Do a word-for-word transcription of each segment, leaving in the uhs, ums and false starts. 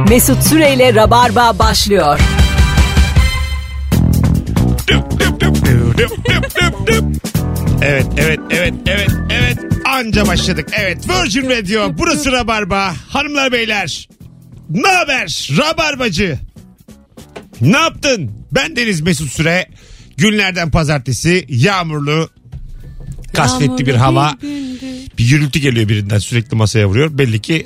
Mesut Süreyle Rabarba başlıyor. Evet, evet, evet, evet, evet. Anca başladık. Evet, Virgin Radio. Burası Rabarba. Hanımlar, beyler. Ne haber? Rabarbacı. Ne yaptın? Ben Deniz Mesut Süre. Günlerden pazartesi. Yağmurlu, kasvetli bir hava. Bir gürültü geliyor birinden, sürekli masaya vuruyor. Belli ki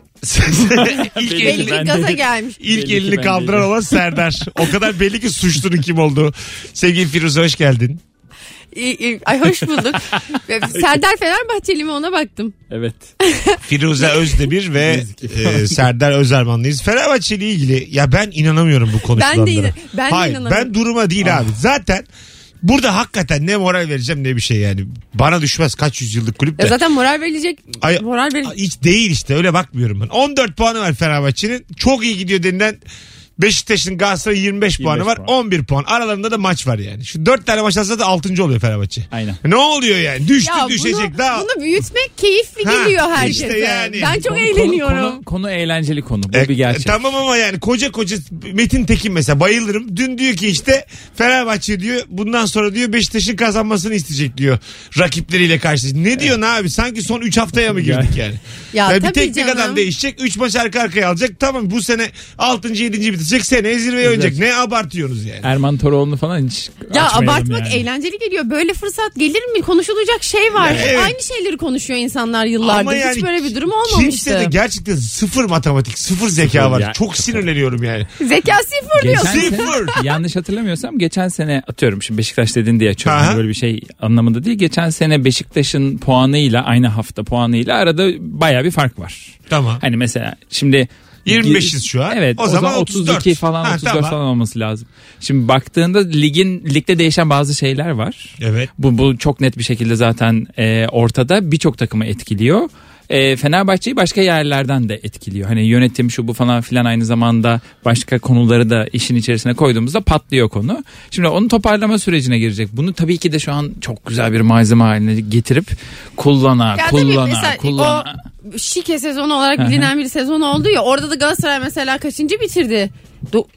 ilk belli elini, ki gaza gelmiş. İlk elini kaldıran olan Serdar. O kadar belli ki suçlunun kim olduğu. Sevgili Firuze, hoş geldin. İyi, iyi. Ay hoş bulduk. Serdar Fenerbahçeli mi, ona baktım. Evet. Firuze Özdemir ve e, Serdar Özermanlıyız. Fenerbahçe ile ilgili ya ben inanamıyorum bu konuşulanlara. Ben de, ben de Hayır, inanamıyorum. ben duruma değil abi. Zaten burada hakikaten ne moral vereceğim ne bir şey yani. Bana düşmez, kaç yüzyıllık kulüp de. Ya zaten moral verilecek. Ay, moral verilecek. Hiç değil işte, öyle bakmıyorum ben. on dört puanı var Fenerbahçe'nin. Çok iyi gidiyor denilen Beşiktaş'ın, Galatasaray'ın yirmi beş puanı var. puan. on bir puan. Aralarında da maç var yani. Şu dört tane maç alsa da altıncı oluyor Fenerbahçe. Aynen. Ne oluyor yani? Düştü Ya düşecek bunu, daha. bunu büyütmek keyifli Ha, geliyor herkese. işte yani. Ben çok Konu- eğleniyorum. Konu, konu, konu eğlenceli konu. Bu E, bir gerçek. Tamam ama yani koca koca Metin Tekin mesela, bayılırım. Dün diyor ki işte Fenerbahçe diyor bundan sonra diyor Beşiktaş'ın kazanmasını isteyecek diyor. Rakipleriyle karşı. Ne diyorsun abi? Sanki son üç haftaya mı girdik yani? Ya Yani bir tabii teknik canım. adam değişecek. üç maç arka arkaya alacak. Tamam, bu sene altıncı yedinci bitecek. Seneye zirveye oynayacak. Ne abartıyorsunuz yani? Erman Toroğlu'nu falan hiç Ya açmayalım abartmak yani. eğlenceli geliyor. Böyle fırsat gelir mi? Konuşulacak şey var. Ya evet. Aynı şeyleri konuşuyor insanlar yıllardır. Ama yani Hiç böyle bir durum olmamıştı. kimse de gerçekten sıfır matematik, sıfır zeka Sıfır var. ya. Çok sinirleniyorum yani. Zeka sıfır Geçen diyorsun. sene, Sıfır. yanlış hatırlamıyorsam geçen sene, atıyorum şimdi Beşiktaş dedin diye açıyorum. Aha. Yani böyle bir şey anlamında değil. Geçen sene Beşiktaş'ın puanıyla aynı hafta puanıyla arada baya bir fark var. Tamam. Hani mesela şimdi yirmi beşiz şu an. Evet, O o, zaman zaman otuz dört. otuz iki falan, Ha, otuz dört tamam. falan olması lazım. Şimdi baktığında ligin ligde değişen bazı şeyler var. Evet. Bu bu çok net bir şekilde zaten e, ortada, birçok takımı etkiliyor. E, Fenerbahçe'yi başka yerlerden de etkiliyor. Hani yönetim şu bu falan filan, aynı zamanda başka konuları da işin içerisine koyduğumuzda patlıyor konu. Şimdi onun toparlama sürecine girecek. Bunu tabii ki de şu an çok güzel bir malzeme haline getirip kullana Ya tabii kullana mesela kullana. o şike sezonu olarak bilinen bir sezon oldu ya. Orada da Galatasaray mesela kaçıncı bitirdi? Do-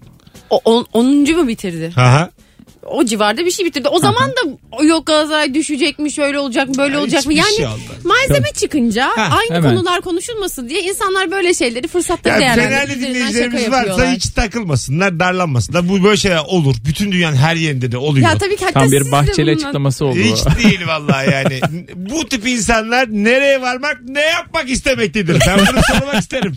o, on, onuncu mu bitirdi? Aha. O civarda bir şey bitirdi. O zaman da yok Galatasaray düşecek mi, şöyle olacak mı, böyle Ya olacak mı? hiçbir Yani şey olmaz. malzeme çıkınca Ha, aynı hemen. konular konuşulmasın diye insanlar böyle şeyleri fırsatları Ya değerlendirip Fenerli üzerinden dinleyicilerimiz şaka varsa yapıyorlar. hiç takılmasınlar, darlanmasınlar. Bu böyle şeyler olur. Bütün dünyanın her yerinde de oluyor. Ya tabii ki hatta Tam siz bir de Bahçeli bundan- açıklaması oldu. Hiç değil vallahi yani. Bu tip insanlar nereye varmak, ne yapmak istemektedir? Ben bunu sormak isterim.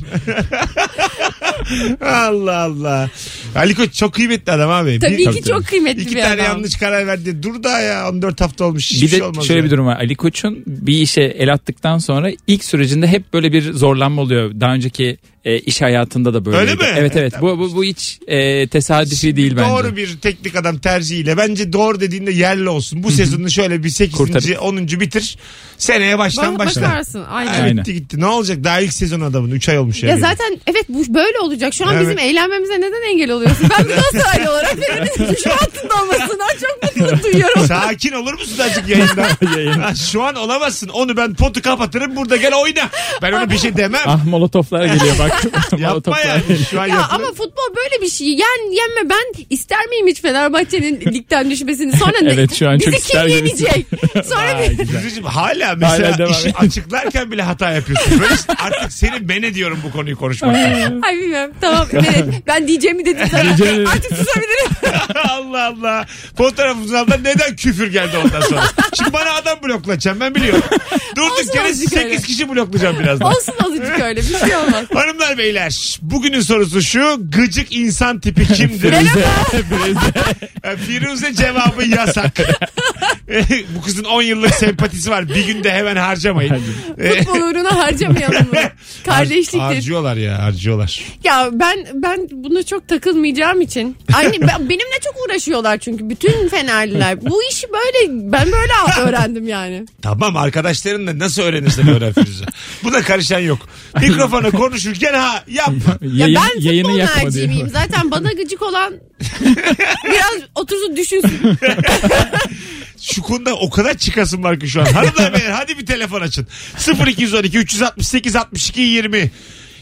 Allah Allah. Ali Koç çok kıymetli adam abi. Tabii Bir- ki çok kıymetli İki bir tane adam. yanlış karar verdi. Dur daha ya, on dört hafta olmuş. Hiçbir Bir de şey olmaz şöyle ya. bir durum var. Ali Koç'un bir işe el attıktan sonra ilk sürecinde hep böyle bir zorlanma oluyor. Daha önceki e, iş hayatında da böyle. Öyle mi? Evet evet. Tamam. Bu, bu bu hiç e, tesadüfi Şimdi değil bence. doğru bir teknik adam tercihiyle, bence doğru dediğinde yerli olsun. Bu sezonu şöyle bir sekizinci Kurtarır. onuncu bitir. Seneye baştan Bak- başla. bakarsın. Aynen. Ha, Aynen. bitti gitti. Ne olacak? Daha ilk sezon adamın. üç ay olmuş Ya yani. zaten evet bu böyle olacak. Şu an Evet. bizim eğlenmemize neden engel oluyorsun? Ben bir Galatasaraylı olarak Fener'in şu altında olmasından çok mutluluk duyuyorum. Sakin olur musun azıcık yayında? Ha, şu an olamazsın. Onu ben potu kapatırım. Burada gel oyna. Ben ona bir şey demem. Ah molotoflar geliyor bak. Yapma Molotoflar yani. geliyor. Şu an Ya yapılır. ama futbol böyle bir şey. Yen yenme, ben ister miyim hiç Fenerbahçe'nin ligden düşmesini? Sonra ne? Evet, şu an Bizi çok kim ister gibisin. yenecek? Sonra Vay, bir... güzel. Yüzücüm, hala mesela Hala devam işi et. açıklarken bile hata yapıyorsun. Böyle işte artık seni men ediyorum bu konuyu konuşmaktan. Ay bilmiyorum. Tamam. Evet. Ben diyeceğimi dedim sana. Diyeceğimi- Artık susabilirim. Allah Allah. Fotoğrafımızın altında neden küfür geldi ondan sonra? Şimdi bana adam bloklayacağım, ben biliyorum. Durduk Olsun yere azıcık öyle. sekiz kişi bloklayacağım birazdan. Olsun azıcık öyle. Bir şey olmaz. Hanımlar beyler, bugünün sorusu şu: gıcık insan tipi kimdir? Yani Firuze cevabı yasak. Bu kızın on yıllık sempatisi var. Bir günde hemen harcamayın. Futbol uğruna harcamayalım bunu. Kardeşliktir. Harcıyorlar ya, harcıyorlar. Ya ben ben buna çok takılmayacağım için. Aynı ben- benimle çok uğraşıyorlar çünkü bütün Fenerliler. Bu işi böyle ben böyle öğrendim yani. Tamam, arkadaşlarınla nasıl öğrenirsen öğren Firuze. Buna karışan yok. Mikrofona konuşurken ha yap. Ya Yayın, ben yayını futbol yakma merci miyim? diyor. Zaten bana gıcık olan biraz otursun düşünsün. Şu konuda o kadar çıkasım var ki şu an. Hanımlar beyler, hadi bir telefon açın. sıfır iki on iki üç altı sekiz altmış iki yirmi.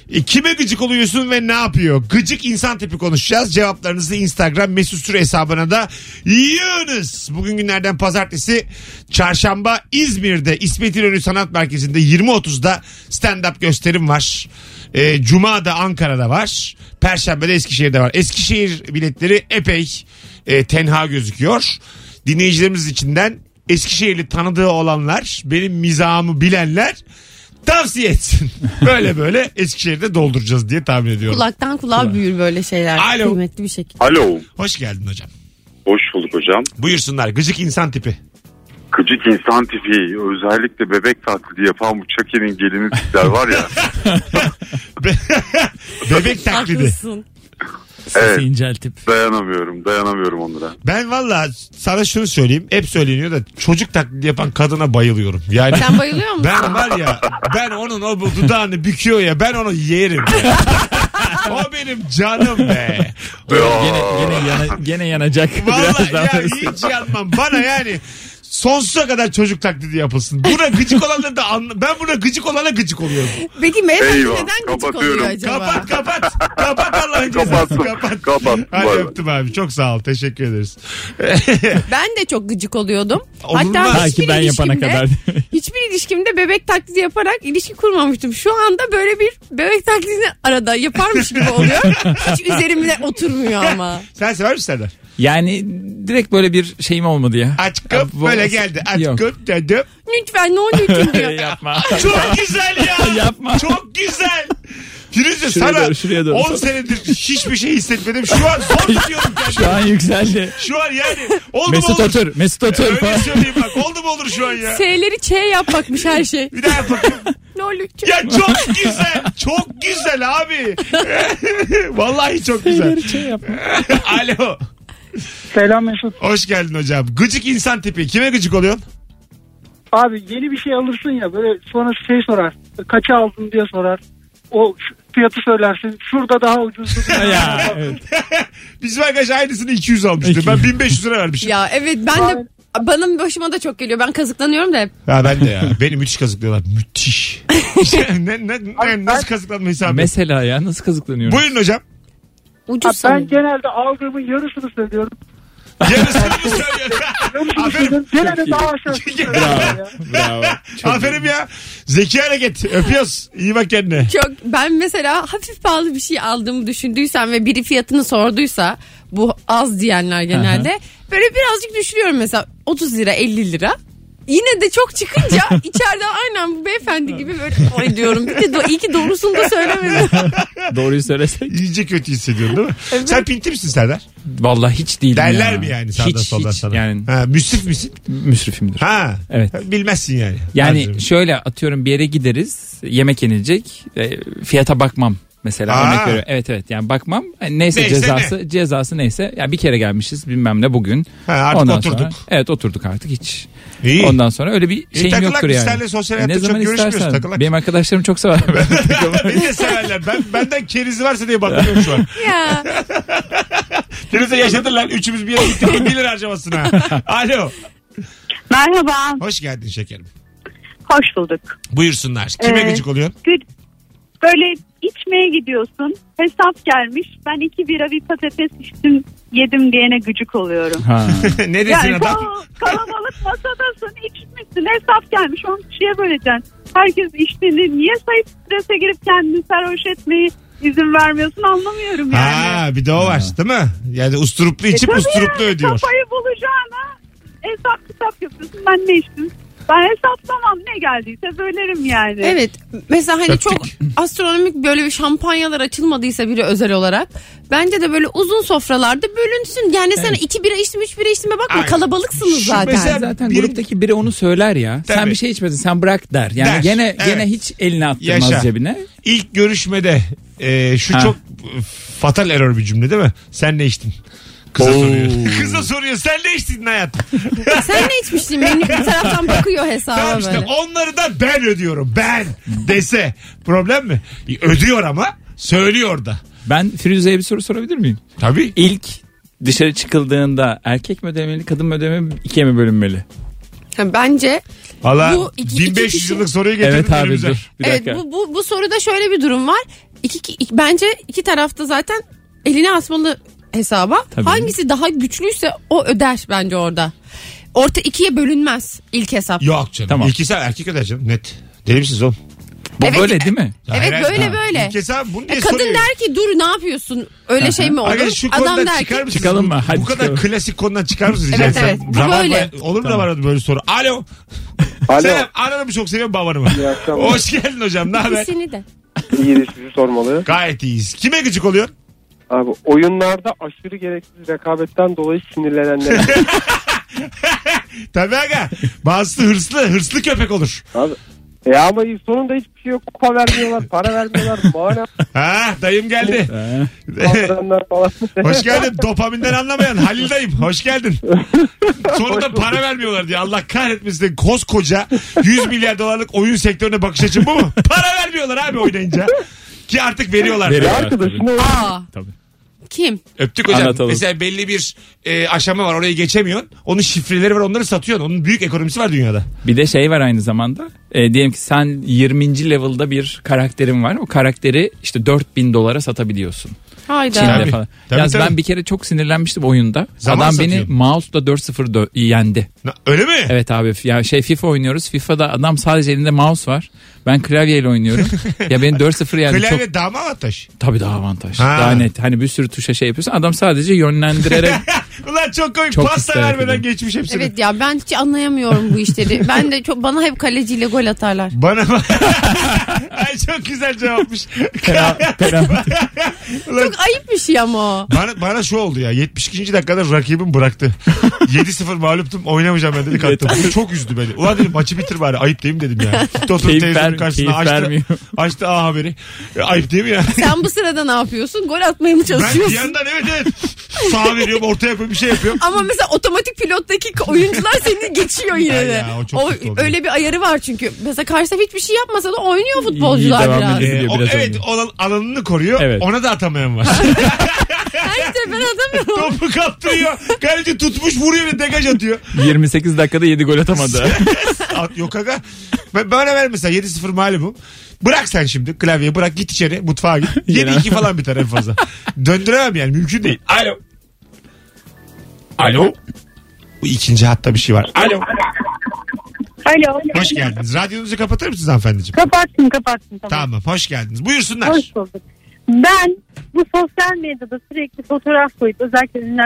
E, kime gıcık oluyorsun ve ne yapıyor? Gıcık insan tipi konuşacağız. Cevaplarınızı Instagram mesut süre hesabına da yığınız. Bugün günlerden pazartesi, çarşamba İzmir'de İsmet İnönü Sanat Merkezi'nde yirmi otuzda stand-up gösterim var. E, Cuma da Ankara'da var. Perşembe de Eskişehir'de var. Eskişehir biletleri epey e, tenha gözüküyor. Dinleyicilerimiz içinden Eskişehirli tanıdığı olanlar, benim mizahımı bilenler tavsiye etsin. Böyle böyle Eskişehir'de dolduracağız diye tahmin ediyorum. Kulaktan kulağa büyür böyle şeyler. Alo. Kıymetli bir şekilde. Alo. Hoş geldin hocam. Hoş bulduk hocam. Buyursunlar. Gıcık insan tipi. Gıcık insan tipi, özellikle bebek taklidi yapan bu Chucky'nin gelini tipler var ya. Bebek taklidi. Haklısın. Sesi Evet. inceltip. Dayanamıyorum, dayanamıyorum onlara. Ben valla sana şunu söyleyeyim. Hep söyleniyor da çocuk taklidi yapan kadına bayılıyorum. Yani Sen bayılıyor musun? ben var ya, ben onun o bu dudağını büküyor ya, ben onu yerim. Ya. O benim canım be. Gene, gene, yana, gene yanacak. Vallahi Biraz ya daha- hiç yanmam. Bana yani sonsuza kadar çocuk taklidi yapılsın. Buna gıcık olanları da anla. Ben buna gıcık olana gıcık oluyorum. Peki beyefendi Eyvah, neden gıcık kapatıyorum. oluyor acaba? Kapat kapat. Kapat Allah'ın cezası. Kapattım, Kapat. kapat. Hadi Bay bay. öptüm abi. Çok sağ ol. Teşekkür ederiz. Ben de çok gıcık oluyordum. Olur mu? Hatta Ta hiçbir ki ben yapana ilişkimde, kadar. hiçbir ilişkimde bebek taklidi yaparak ilişki kurmamıştım. Şu anda böyle bir bebek taklidini arada yaparmış gibi oluyor. Hiç üzerimde oturmuyor ama. Sen sever misin Serdar? Yani direkt böyle bir şeyim olmadı ya. Aşkım Bu- böyle geldi. Yok. Aşkım dedim. Lütfen ne olur diyor. Yapma. Çok güzel ya. Yapma. Çok güzel. Firuze Şuraya sana doğru, şuraya doğru. on senedir hiçbir şey hissetmedim. Şu an zor tutuyorum kendimi. Şu an yükseldi. Şu an yani oldu Mesut mu olur. otur. Mesut otur. Öyle söyleyeyim bak. Oldu mu olur şu an ya. S'leri Ç yapmakmış her şey. Bir daha yap bakayım. Ne olur Ç. Ya çok güzel. Çok güzel abi. Vallahi çok güzel. Şey yapma. Alo. Selam Mesut. Hoş geldin hocam. Gıcık insan tipi. Kime gıcık oluyorsun? Abi yeni bir şey alırsın ya, böyle sonra şey sorar. Kaça aldın diye sorar. O fiyatı söylersin. Şurada daha ucuzdu. Ya, evet. Bizim arkadaş aynısını iki yüz almıştı. Ben bin beş yüz lira vermişim. Ya evet ben de bana başıma da çok geliyor. Ben kazıklanıyorum da hep. Ya ben de ya. Beni müthiş kazıklıyorlar. Müthiş. ne, ne, ne, nasıl kazıklanma hesabı? Mesela ya nasıl kazıklanıyorum? Buyurun hocam. Ucuz ben sanırım. genelde aldığımın yarısını söylüyorum. Yarısını mı söylüyorsun? Yarısını Aferin. söylüyorum. Genelde daha aşağı. Bravo. Bravo. Çok Aferin ya. Zeki hareket. Öpüyoruz. İyi bak kendine. Çok ben mesela hafif pahalı bir şey aldığımı düşündüysem ve biri fiyatını sorduysa, bu az diyenler genelde, böyle birazcık düşürüyorum mesela otuz lira elli lira. Yine de çok çıkınca içeride aynen bu beyefendi gibi böyle oy diyorum. Bir de do- iyi ki doğrusunu da söylemedim. Doğruyu söylesek. İyice kötü hissediyorsun değil mi? Evet. Sen pinti misin Serdar? Vallahi hiç değilim Derler ya. mi yani sağdan hiç, soldan hiç. sana? Yani Ha, müsrif misin? müsrifimdir. Ha. Evet. Bilmezsin yani. Yani Anladım. şöyle atıyorum, bir yere gideriz, yemek yenilecek, e, fiyata bakmam mesela, Aa. örnek veriyorum. Evet evet, yani bakmam. Yani neyse, Neyse cezası cezası neyse. Ya bir kere gelmişiz bilmem ne bugün. Ha, artık Ondan oturduk. Sonra, evet oturduk artık hiç. İyi. Ondan sonra öyle bir şeyim takılak, yoktur biz yani. seninle sosyal E, hayatta ne zaman çok görüşmüyoruz, istersen. takılak. Benim arkadaşlarım çok sever. Beni de severler. Ben, benden kerizi varsa diye bakıyorum şu an. Ya Kerizi yaşadın lan. Üçümüz bir yere gittik. bir lira harcamasın ha. Alo. Merhaba, Hoş geldin şekerim. hoş bulduk. Buyursunlar. Kime Ee, gıcık oluyorsun? Gü- Böyle içmeye gidiyorsun, hesap gelmiş, ben iki bira bir patates içtim, yedim diyene gıcık oluyorum. Ha. Ne desin Yani adam? kal- kalabalık masadasın, içmişsin, hesap gelmiş, on kişiye böleceksin. Herkes içtiğini niye sayıp strese girip kendini sarhoş etmeyi izin vermiyorsun, anlamıyorum yani. Ha, bir de o var değil mi? Yani usturuplu içip E tabii usturuplu yani, ödüyor. Kafayı bulacağına hesap kitap yapıyorsun, ben ne içtim? Ben hesaplamam, ne geldiyse bölerim yani. evet mesela hani Öptük. çok astronomik böyle bir şampanyalar açılmadıysa biri özel olarak, bence de böyle uzun sofralarda bölünsün. Yani sana iki bira içtim üç bira içtiğime bakma, Aynen. kalabalıksınız Şu zaten. mesela- Zaten Bir- gruptaki biri onu söyler ya. Tabii. Sen bir şey içmedin, sen bırak der. Yani Der, gene evet. gene hiç elini attırmaz Yaşa. cebine. İlk görüşmede e, şu Ha. çok fatal error bir cümle değil mi? Sen ne içtin? Kıza Oo. soruyor. Kıza soruyor. Sen ne içtin hayatım? Sen ne içmiştin? Benim bir taraftan bakıyor hesaba Tamam işte böyle. onları da ben ödüyorum. Ben dese problem mi? Ödüyor ama söylüyor da. Ben Firuze'ye bir soru sorabilir miyim? Tabii. İlk dışarı çıkıldığında erkek mi ödemeli, kadın mı ödemeli, ikiye mi bölünmeli? Ha, bence Valla Bu iki- iki bin beş yüz kişi- yıllık soruyu getirdin Evet abi önümüze. dur. Bir evet dakika. bu, bu, bu soruda şöyle bir durum var. iki, iki, bence iki tarafta zaten eline asmalı hesaba. Tabii. Hangisi daha güçlüyse o öder bence orada. Orta ikiye bölünmez ilk hesap. Yok canım. Tamam. İlk hesap erkek öder canım net. Deli misiniz oğlum? Bu Evet. böyle değil mi? Evet Hayır, böyle hayır. böyle. İlk hesap bunu E, diye kadın soruyor. der ki dur ne yapıyorsun? Öyle şey mi olur? Arkadaş şu Adam konudan der çıkar ki mısınız? Çıkalım mı? Bu, Hadi bu kadar çıkalım. klasik konudan çıkar mısınız? rica Evet, etsem? evet. Bu Rabarba- böyle. Olur mu Tamam. Rabarba'da böyle soru? Alo. Alo. Selam. Ananı mı çok seviyorum babanı mı? İyi akşamlar. Hoş geldin hocam. Ne haber? İkisini de. İyidir, sizi sormalı. Gayet iyiyiz. Kime gıcık oluyor? Abi oyunlarda aşırı gereksiz rekabetten dolayı sinirlenenler. Tabii aga. Bazısı hırslı. Hırslı köpek olur. Abi. E ama sonunda hiçbir şey yok. Kupa vermiyorlar, para vermiyorlar. Mana Ha dayım geldi. kaldıranlar falan. Hoş geldin. Dopaminden anlamayan Halil dayım. Hoş geldin. Sonunda para vermiyorlar diye. Allah kahretmesin. Koskoca yüz milyar dolarlık oyun sektörüne bakış açın bu mu? Para vermiyorlar abi oynayınca. Ki artık veriyorlar. Veriyorlar. Arkadaşını Aa, Tabii. kim? Öptük hocam. Anlatalım. Mesela belli bir e, aşama var. Orayı geçemiyorsun. Onun şifreleri var. Onları satıyorsun. Onun büyük ekonomisi var dünyada. Bir de şey var aynı zamanda. E, diyelim ki sen yirminci level'da bir karakterin var. O karakteri işte dört bin dolara satabiliyorsun. Hayda. Çin'de Tabii. falan. Tabii, Yalnız tabii. ben bir kere çok sinirlenmiştim oyunda. Zaman adam satıyorsun. beni mouse'la dört sıfır dö- yendi. Na- Öyle mi? Evet abi ya şey FIFA oynuyoruz. FIFA'da adam sadece elinde mouse var. Ben klavyeyle oynuyorum. Ya beni dört sıfır yendi. Klavye Çok, daha mı avantaj? tabii daha avantaj. Ha. Daha net. Hani bir sürü tuşa şey yapıyorsun. Adam sadece yönlendirerek Ulan çok komik. Çok Pasta isterim. vermeden geçmiş hepsini. Evet ya ben hiç anlayamıyorum bu işleri. Ben de çok bana hep kaleciyle gol atarlar. Bana Ay çok güzel cevapmış. Ulan, Çok ayıp bir şey ama o. bana, bana şu oldu ya. yetmiş ikinci dakikada rakibim bıraktı. yedi sıfır mağluptum. Oynamayacağım ben dedik attım. Bu çok üzdü beni. Ulan dedim maçı bitir bari. Ayıp değil mi dedim ya. Gitti oturup Keyif televizyonun ver- karşısına keyif açtı. vermiyor. Açtı A Haber'i. E, ayıp değil mi ya? Sen bu sırada ne yapıyorsun? Gol atmaya mı Ben bir çalışıyorsun? yandan evet evet. Sağa veriyorum ortaya koyuyorum bir şey yapıyorum. Ama mesela otomatik pilottaki oyuncular seni geçiyor yine Ya de. ya, o çok kötü oluyor. öyle bir ayarı var çünkü. Mesela karşı taraf hiçbir şey yapmasa da oynuyor futbolcular devam biraz. ediyor. Ee, Biliyor, o, biraz evet oynuyor. o alanını koruyor. Evet. Ona da atamayan var. Ha işte ben atamıyorum. Topu kaptırıyor. Kaleci tutmuş vuruyor ve degaj atıyor. yirmi sekiz dakikada yedi gol atamadı. At, yok aga. Ben böyle ver mesela yedi sıfır mağlubum. Bırak sen şimdi klavyeyi bırak git içeri mutfağa git. yedi iki falan biter en fazla. Döndüremem yani mümkün değil. Alo. Alo. Bu ikinci hatta bir şey var. Alo. Alo. Hoş geldiniz. Radyonuzu kapatır mısınız hanımefendiciğim? Kapattım kapattım. Tamam. Tamam hoş geldiniz. Buyursunlar. Hoş bulduk. Ben bu sosyal medyada sürekli fotoğraf koyup özellikle ünlüler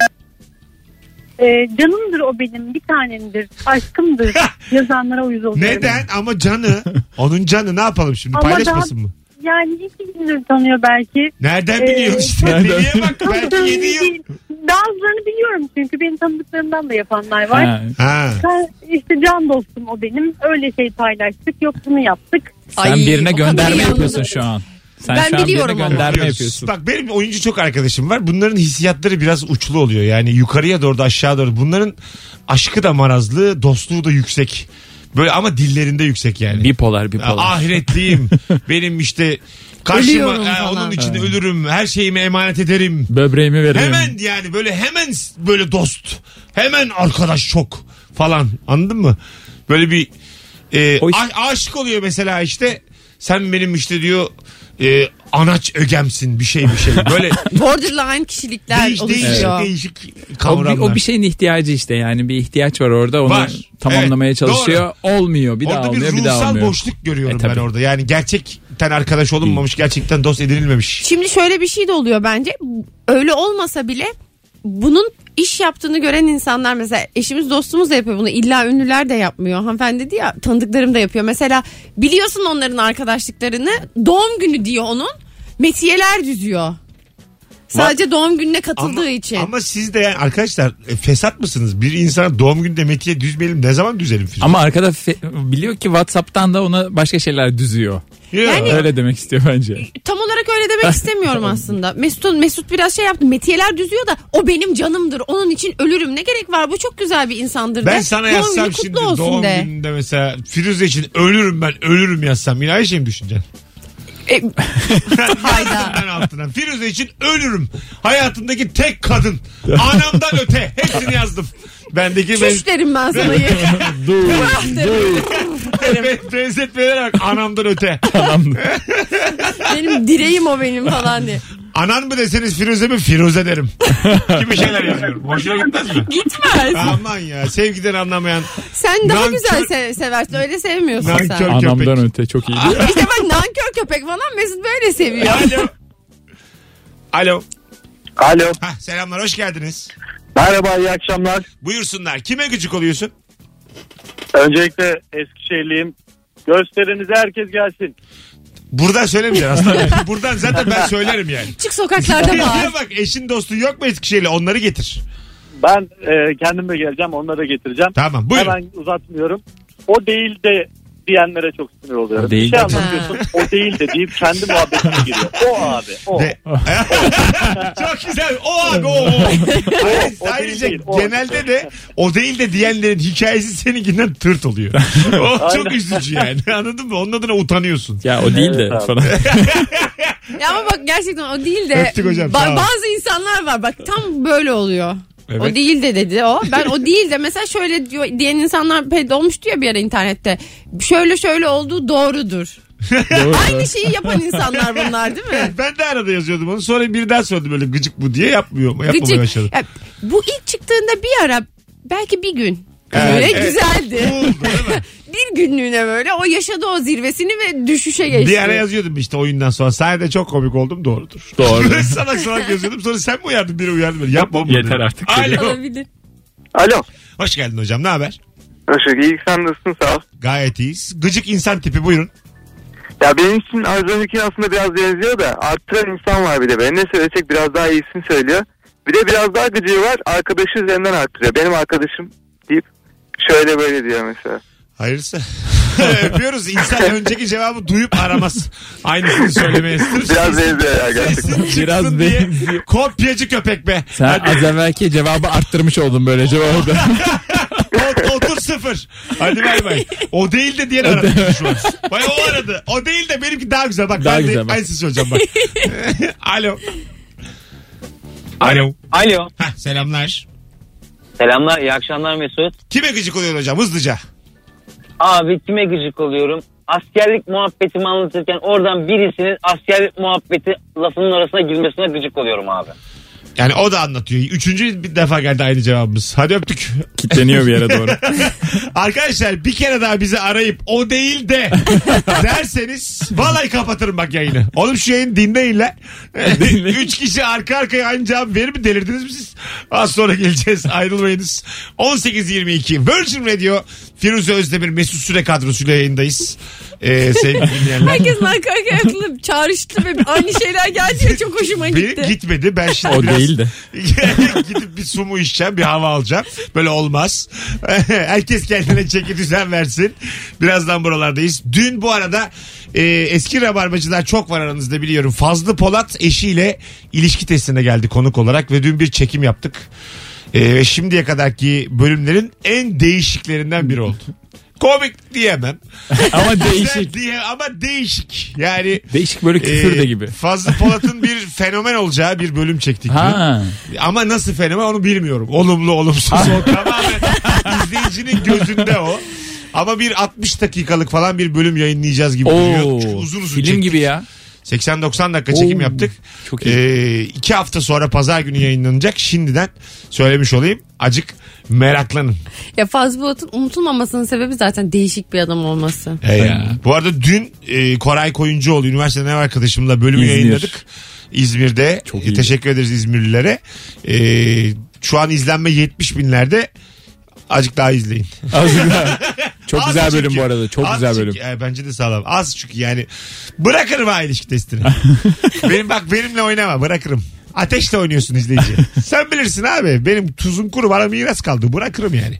e, canımdır o benim bir tanemdir aşkımdır yazanlara uyuz oluyorum. Neden? Ama canı. Onun canı ne yapalım şimdi? Ama Paylaşmasın daha- mı? Yani iki gündür tanıyor belki. Nereden Ee, biliyorsun işte? nereden? Deliye bak. Belki yedi yıl. Bazılarını biliyorum çünkü benim tanıdıklarımdan da yapanlar var. Ha. Ha. Ben, işte can dostum o benim. Öyle şey paylaştık. Yok bunu yaptık. Sen Ay, birine o kadar gönderme iyi yapıyorsun anladım. şu an. Sen Ben şu an biliyorum birine ama. gönderme Biliyoruz. yapıyorsun. Bak benim oyuncu çok arkadaşım var. Bunların hissiyatları biraz uçlu oluyor. Yani yukarıya doğru da aşağı doğru. Bunların aşkı da marazlı, dostluğu da yüksek. Böyle ama dillerinde yüksek yani. Bipolar bipolar. Ahiretliyim. Benim işte karşıma Ölüyorum e, falan. onun için Ha. ölürüm. Her şeyimi emanet ederim. Böbreğimi veririm. Hemen yani böyle hemen böyle dost. Hemen arkadaş çok falan. Anladın mı? Böyle bir e, O iş- a- aşık oluyor mesela işte. Sen benim işte diyor e, anaç ögemsin bir şey bir şey. Böyle Borderline kişilikler değiş, değişik oluşuyor. değişik O bir, kavramlar. o bir şeyin ihtiyacı işte yani bir ihtiyaç var orada onu Var. tamamlamaya Evet, çalışıyor. Olmuyor bir daha Orada bir olmuyor bir daha ruhsal olmuyor. boşluk görüyorum E, ben tabii. orada. Yani gerçekten arkadaş olunmamış, gerçekten dost edinilmemiş. Şimdi şöyle bir şey de oluyor bence. Öyle olmasa bile bunun iş yaptığını gören insanlar mesela eşimiz dostumuz da yapıyor bunu. İlla ünlüler de yapmıyor. Hanımefendi dedi ya tanıdıklarım da yapıyor. Mesela biliyorsun onların arkadaşlıklarını doğum günü diyor onun. Metiyeler düzüyor. Sadece doğum gününe katıldığı Ama, için. ama siz de yani arkadaşlar e, fesat mısınız? Bir insana doğum günde metiye düzmeyelim. Ne zaman düzelim? Firuze? Ama arkada fe- biliyor ki WhatsApp'tan da ona başka şeyler düzüyor. Yok. Yani- Öyle demek istiyor bence. Tam olarak öyle demek istemiyorum aslında. Mesut Mesut biraz şey yaptı. Metiyeler düzüyor da o benim canımdır. Onun için ölürüm. Ne gerek var? Bu çok güzel bir insandır. Ben de. sana Doğum yazsam günü kutlu şimdi olsun doğum de. gününde mesela Firuze için ölürüm ben ölürüm yazsam yine aynı şey mi düşüneceksin? E, hayda. Ben altına Firuze için ölürüm. Hayatımdaki tek kadın. Anamdan öte. Hepsini yazdım. Bendeki ben... Çüş derim ben sana. Dur dur. isterim. Be- benzetmelere bak. Anamdan öte. Benim direğim o benim falan diye. Anan mı deseniz Firuze mi? Firuze derim. Gibi şeyler yazıyorum. Hoşuna gitmez mi? Gitmez. Aman ya. Sevgiden anlamayan. Sen daha Nankör- güzel se- seversin. Öyle sevmiyorsun Nankör sen. köpek. Anamdan öte çok iyi. İşte bak nankör köpek falan Mesut böyle seviyor. Alo. Alo. Alo. Hah, selamlar, hoş geldiniz. Merhaba, iyi akşamlar. Buyursunlar. Kime gıcık oluyorsun? Öncelikle Eskişehirliyim. Gösterinize herkes gelsin. Buradan söylemeyeceksin aslında. Buradan zaten ben söylerim yani. Çık sokaklarda bağır. Bak, eşin dostun yok mu Eskişehir'le? Onları getir. Ben e, kendim de geleceğim, onları da getireceğim. Tamam, buyurun. Hemen uzatmıyorum. O değil de diyenlere çok sinir oluyorum. O değil Bir şey de- anlatıyorsun, o değil de deyip kendi muhabbetine giriyor. O abi, o. De- Çok güzel. O abi o. o. Ayrıca, o değil ayrıca değil, o. genelde de o değil de diyenlerin hikayesi seninkinden tırt oluyor. O çok Aynen. üzücü yani. Anladın mı? Onun adına utanıyorsun. Ya o değil de Evet abi. falan. Ya ama bak gerçekten o değil de Öptük hocam, ba- sağ ol. bazı insanlar var bak tam böyle oluyor. Evet. O değil de dedi o. Ben o değil de mesela şöyle diyor, diyen insanlar pek olmuştu ya bir ara internette. Şöyle şöyle olduğu doğrudur. Doğru. Aynı şeyi yapan insanlar bunlar değil mi? Ben de arada yazıyordum onu. Sonra biri daha söyledi böyle gıcık bu diye yapmıyor. Yapmamaya Gıcık. başladı. Ya, bu ilk çıktığında bir ara belki bir gün Evet, böyle evet. güzeldi. Buldu, değil mi? Bir günlüğüne böyle o yaşadı o zirvesini ve düşüşe geçti. Bir ara yazıyordum işte oyundan sonra. Sahnede çok komik oldum, doğrudur. Doğru. salak salak yazıyordum. Sonra sen mi uyardın, biri uyardı beni. Yapma bunu. Yeter dedim. artık. Alo. Olabilir. Alo. Hoş geldin hocam, ne haber? Hoş iyi, sen nasılsın, sağ ol. Gayet iyiyiz. Gıcık insan tipi, buyurun. Ya benim için az önceki aslında biraz benziyor da arttıran insan var bir de. Ben ne söylesek biraz daha iyisini söylüyor. Bir de biraz daha gıcığı var, arkadaşı üzerinden arttırıyor. Benim arkadaşım deyip şöyle böyle diyor mesela. Hayırlısı. Öpüyoruz. İnsan önceki cevabı duyup aramaz. Aynısını söylemeye sırf Biraz benziyor ya gerçekten. sesin çıksın Biraz diye. benziyor. Kopyacı köpek be. Sen Hadi. az evvelki cevabı arttırmış oldun böyle cevabı. Ot- Otur sıfır. Hadi bay bay. O değil de diğer aradı şu an. Bay o aradı. O değil de benimki daha güzel. Bak Daha ben güzel de bak. aynısını söyleyeceğim bak. Alo. Alo. Alo. Heh, selamlar. Selamlar, iyi akşamlar Mesut. Kime gıcık oluyor hocam, hızlıca? Abi kime gıcık oluyorum? Askerlik muhabbetimi anlatırken oradan birisinin askerlik muhabbeti lafının arasına girmesine gıcık oluyorum abi. Yani o da anlatıyor. Üçüncü bir defa geldi aynı cevabımız. Hadi öptük. Kitleniyor bir yere doğru. Arkadaşlar bir kere daha bizi arayıp o değil de derseniz vallahi kapatırım bak yayını. Oğlum şu yayını dinleyin lan. Üç kişi arka arkaya aynı cevap verir mi? Delirdiniz mi siz? Az sonra geleceğiz. Ayrılmayınız. on sekiz yirmi iki Virgin Radio Firuze Özdemir Mesut Süre kadrosuyla yayındayız. Ee, sevgili dinleyenler. Herkesin arka arkaya akıllı çağrıştı ve aynı şeyler geldi ve çok hoşuma gitti. Benim gitmedi. Ben şimdi O biraz değil de. gidip bir su mu içeceğim, bir hava alacağım. Böyle olmaz. Herkes kendine çeki düzen versin. Birazdan buralardayız. Dün bu arada e, eski rabarbacılar çok var aranızda biliyorum. Fazlı Polat eşiyle ilişki testine geldi konuk olarak ve dün bir çekim yaptık. E, ve şimdiye kadarki bölümlerin en değişiklerinden biri oldu. Komik diyemem. Ama Güzel değişik. diye ama değişik. Yani Değişik böyle küfür de e, gibi. Fazlı Polat'ın bir fenomen olacağı bir bölüm çektik. dün. Ha. Ama nasıl fenomen onu bilmiyorum. Olumlu olumsuz o tamamen izleyicinin gözünde o. Ama bir altmış dakikalık falan bir bölüm yayınlayacağız gibi duruyor. Oo. Çünkü uzun uzun Film çektik. gibi ya. seksen doksan dakika çekim Oo. yaptık. Çok iyi. Ee, iki hafta sonra pazar günü yayınlanacak. Şimdiden söylemiş olayım. Acık meraklanın. Ya Fazlı Polat'ın unutulmamasının sebebi zaten değişik bir adam olması. He ya. Bu arada dün e, Koray Koyuncuoğlu üniversiteden ev arkadaşımla bölümü İzmir. yayınladık. İzmir'de. Çok E, iyi. teşekkür ederiz İzmirlilere. E, şu an izlenme yetmiş binlerde. Azıcık daha izleyin. Az güzel. Çok Az güzel bölüm çünkü. bu arada. Çok Az güzel çünkü. bölüm. E, bence de sağlam. Az çünkü yani. Bırakırım ha ilişki testini. Benim bak benimle oynama, bırakırım. Ateşle oynuyorsun izleyici. Sen bilirsin abi. Benim tuzum kuru, bana miras kaldı. Bırakırım yani.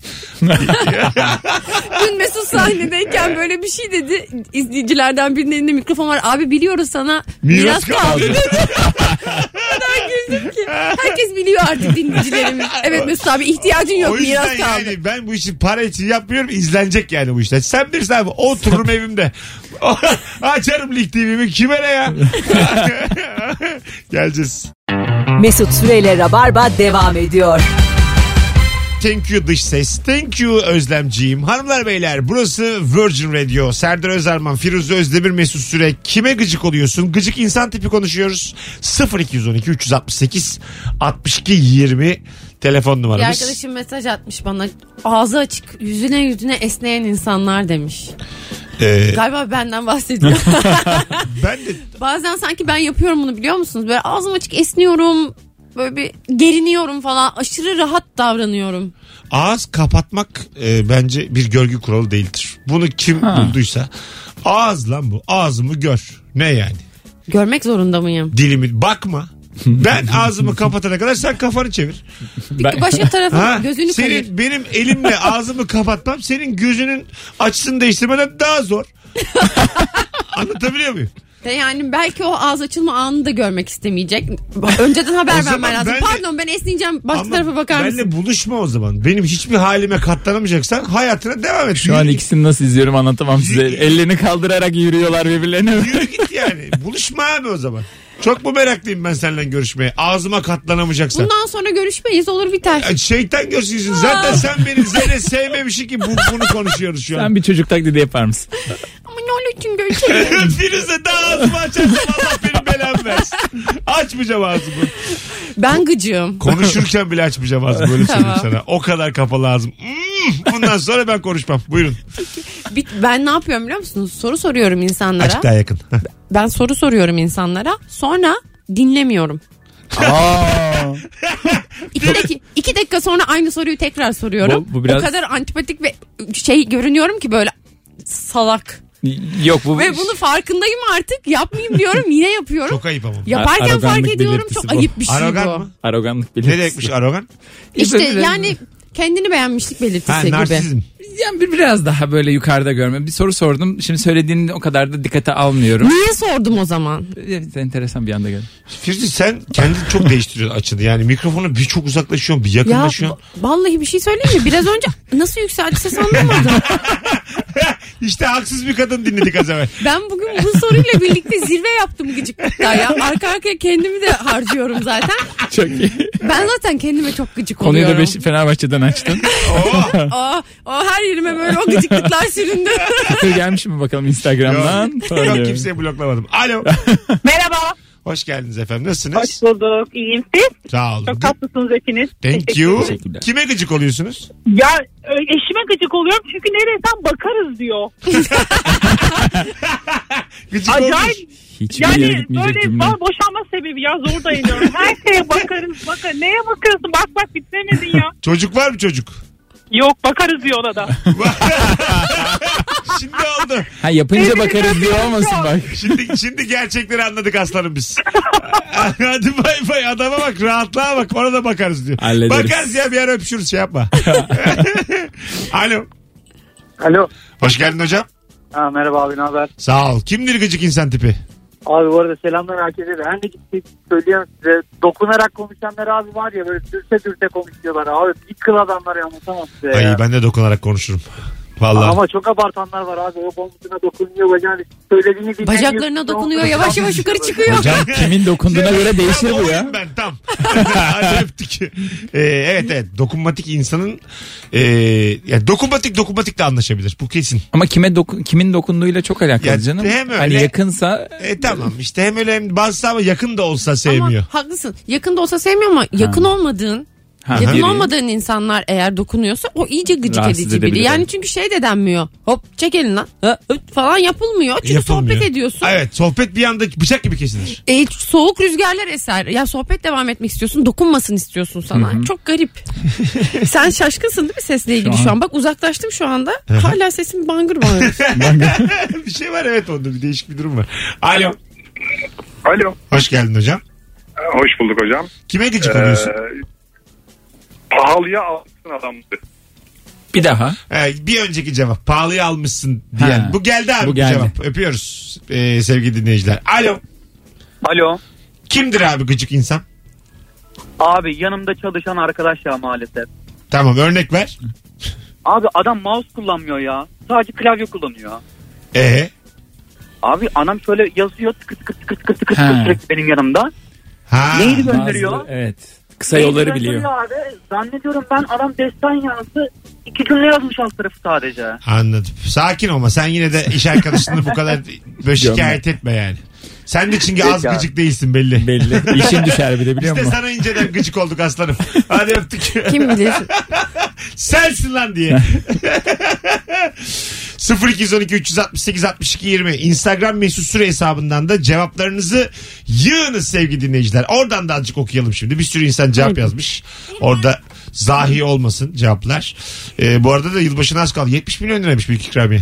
Dün Mesut sahnedeyken böyle bir şey dedi. İzleyicilerden birinin elinde mikrofon var. Abi biliyoruz sana Miras miras, kaldı. kaldı dedi. O kadar güldüm ki. Herkes biliyor artık dinleyicilerimiz. Evet Mesut abi ihtiyacın yok, O yüzden miras kaldı. yani ben bu işi para için yapmıyorum. İzlenecek yani bu işler. Sen bilirsin abi. Otururum evimde. Açarım Lig T V'mi. Kime ne ya? Geleceğiz. Mesut Süreyle Rabarba devam ediyor. Thank you dış ses. Thank you Özlemciğim. Hanımlar beyler burası Virgin Radio. Serdar Özarman, Firuze Özdemir, Mesut Süre. Kime gıcık oluyorsun? Gıcık insan tipi konuşuyoruz. sıfır iki on iki üç altı sekiz altmış iki yirmi telefon Bir numaramız. arkadaşım mesaj atmış bana. Ağzı açık, yüzüne yüzüne esneyen insanlar demiş. Ee, Galiba benden bahsediyor. ben de Bazen sanki ben yapıyorum bunu, biliyor musunuz? Böyle ağzım açık esniyorum. Böyle bir geriniyorum falan. Aşırı rahat davranıyorum. ağız kapatmak e, bence bir görgü kuralı değildir. Bunu kim Ha. bulduysa ağız lan bu. Ağzımı gör. Ne yani? Görmek zorunda mıyım? Dilimi bakma. Ben ağzımı kapatana kadar sen kafanı çevir. Ben- Başka tarafa Ha, gözünü senin koyur. benim elimle ağzımı kapatmam senin gözünün açısını değiştirmeden daha zor. Anlatabiliyor muyum? De yani belki o ağız açılma anını da görmek istemeyecek. Önceden O haber zaman vermen lazım. ben de- Pardon ben esneyeceğim. Başka Ama tarafa bakar mısın? benimle buluşma o zaman. Benim hiçbir halime katlanamayacaksan hayatına devam et. Şu an Yürü- ikisini nasıl izliyorum anlatamam size. Ellerini kaldırarak yürüyorlar birbirlerine. Yürü git yani. Buluşma abi o zaman. Çok mu meraklıyım ben seninle görüşmeye? Ağzıma katlanamayacaksan. Bundan sonra görüşmeyiz, olur biter. Ya şeytan görsün yüzün. Zaten sen beni zerre sevmemişsin ki bu, bunu konuşuyoruz şu an. Sen bir çocuk taklidi yapar mısın? Ama ne olur için görüşelim. Firuze daha ağzımı açarsın Allah benim belamı versin. Açmayacağım ağzımı. Ben gıcığım. Konuşurken bile açmayacağım ağzımı. Böyle söyleyeyim Tamam. sana. O kadar kapalı ağzım. Hmm, bundan sonra ben konuşmam. Buyurun. Bir- Ben ne yapıyorum biliyor musunuz? Soru soruyorum insanlara. Açık daha yakın. Heh. Ben soru soruyorum insanlara. Sonra dinlemiyorum. Aa. İki, dakika, iki dakika sonra aynı soruyu tekrar soruyorum. Bu- bu biraz- O kadar antipatik ve şey görünüyorum ki böyle salak. Yok bu Ve bunu farkındayım artık. Yapmayayım diyorum, yine yapıyorum. Çok ayıp ama. Yaparken fark Aroganlık ediyorum, belirtisi çok bu. ayıp bir şey Arrogant bu. mı? Aroganlık Ne belirtisi. demekmiş arrogant? İşte biraz- yani kendini beğenmişlik belirtisi Ha gibi. narsizm. Yani bir biraz daha böyle yukarıda görme. Bir soru sordum. Şimdi söylediğini o kadar da dikkate almıyorum. Niye sordum o zaman? Evet, enteresan bir anda geldi. Firuze sen kendini çok değiştiriyorsun açını. Yani mikrofonu bir çok uzaklaşıyorsun, bir Ya yakınlaşıyorsun. va- vallahi bir şey söyleyeyim mi? Biraz önce nasıl yükseldi ses anlamadım. İşte haksız bir kadın dinledik az evvel. Ben bugün bu soruyla birlikte zirve yaptım gıcıklıkta ya. Arka arkaya kendimi de harcıyorum zaten. Çok iyi. Ben zaten kendime çok gıcık Konuyu da oluyorum. Beş- Fenerbahçe'den açtın. Aa, aa, her yerime böyle o gıcıklıklar süründü. Twitter gelmiş mi bakalım Instagram'dan? Yok, yok kimseyi bloklamadım. Alo. Merhaba. Hoş geldiniz efendim. Nasılsınız? Hoş bulduk. İyiyim siz. Sağ olun. Çok tatlısınız hepiniz. Thank you. Teşekkürler. Kime gıcık oluyorsunuz? Ya e, eşime gıcık oluyorum çünkü nereden bakarız diyor. Gıcık Acayip. olmuş. Hiçbir yere Yani gitmeyecek böyle cümle. ba- boşanma sebebi ya, zor dayanıyorum. Her şeye bakarız. Bakar. Neye bakıyorsun? Bak bak bitiremedin ya. Çocuk var mı çocuk? Yok, bakarız diyor ona da. Şimdi oldu. Ha yapınca Evlilik bakarız diye yok. olmasın bak. Şimdi şimdi gerçekleri anladık aslanım biz. Hadi bay bay adama bak, rahatlığa bak, ona da bakarız diyor. Hallederiz. Bakarız ya, bir ara öpüşürüz, şey yapma. Alo. Alo. Hoş geldin hocam. Ha, merhaba abi, ne haber? Sağ ol. Kimdir gıcık insan tipi? Abi bu arada selamlar herkese de. Ben de gittik söylüyorum size. Dokunarak konuşanlar abi var ya, böyle dürte dürte konuşuyorlar. Abi bir kıl adamlar ya, anlatamam size Ay ya. ben de dokunarak konuşurum. Vallahi. Ama çok abartanlar var abi. O bombasına dokunuyor, bacağını söylediğini dinlemiyor. Bacaklarına dokunuyor, yavaş yavaş yukarı çıkıyor. Hocam kimin dokunduğuna göre değişir bu ya. Ben tam. Hadi öptük. Ee, evet evet. Dokunmatik insanın e, yani dokunmatik dokunmatikle anlaşabilir. Bu kesin. Ama kime doku- kimin dokunduğuyla çok alakalı Ya, canım. hem öyle- Hani yakınsa E tamam işte hem öyle hem bazısı ama yakın da olsa sevmiyor. Ama haklısın. Yakın da olsa sevmiyor ama yakın olmadığın, Ha, yakın biri- olmadığın insanlar eğer dokunuyorsa o iyice gıcık Rahatsız edici biri. edebilir, Yani evet. çünkü şey de denmiyor. Hop çek elini lan. Ha, öt falan yapılmıyor. Çünkü Yapılmıyor. sohbet ediyorsun. Evet, sohbet bir anda bıçak gibi kesilir. E, soğuk rüzgarlar eser. Ya sohbet devam etmek istiyorsun. Dokunmasın istiyorsun sana. Çok garip. Sen şaşkınsın değil mi sesle ilgili Şu şu an. an? Bak uzaklaştım şu anda. Hala sesim bangır bangır. Bir şey var evet, onda bir değişik bir durum var. Alo. Alo. Hoş geldin hocam. Hoş bulduk hocam. Kime gıcık oluyorsun? Ee, pahalıya alsın adamdı. bir daha. Ee, bir önceki cevap. Pahalıya almışsın diyen. Ha. Bu geldi abi Bu bu geldi. cevap. Öpüyoruz ee, sevgili dinleyiciler. Alo. Alo. Kimdir abi gıcık insan? Abi yanımda çalışan arkadaş ya maalesef. Tamam, örnek ver. Abi adam mouse kullanmıyor ya. Sadece klavye kullanıyor. Ee, Abi anam şöyle yazıyor tıkır tıkır tıkır tıkır tıkır Ha. sürekli benim yanımda. ha. Neydi gönderiyor? Bazıları- evet. Kısa yolları Beni biliyor. gösteriyor Abi. Zannediyorum ben adam destan yazdı. İki cümle yazmış alt tarafı sadece. Anladım. Sakin olma. Sen yine de iş arkadaşını bu kadar böyle şikayet etme yani. Sen de çünkü az Peki gıcık değilsin belli. Belli. İşin düşer bir de biliyor Biz de musun? sana inceden gıcık olduk aslanım. Hadi öptük. Kim bilir? Sensin lan diye. sıfır iki on iki üç altı sekiz altmış iki yirmi Instagram mesut süre hesabından da cevaplarınızı yığınız sevgili dinleyiciler. Oradan da azıcık okuyalım şimdi. Bir sürü insan cevap yazmış. Orada zahi olmasın cevaplar. Ee, bu arada da yılbaşına az kaldı. yetmiş milyon liraymış büyük ikramiye.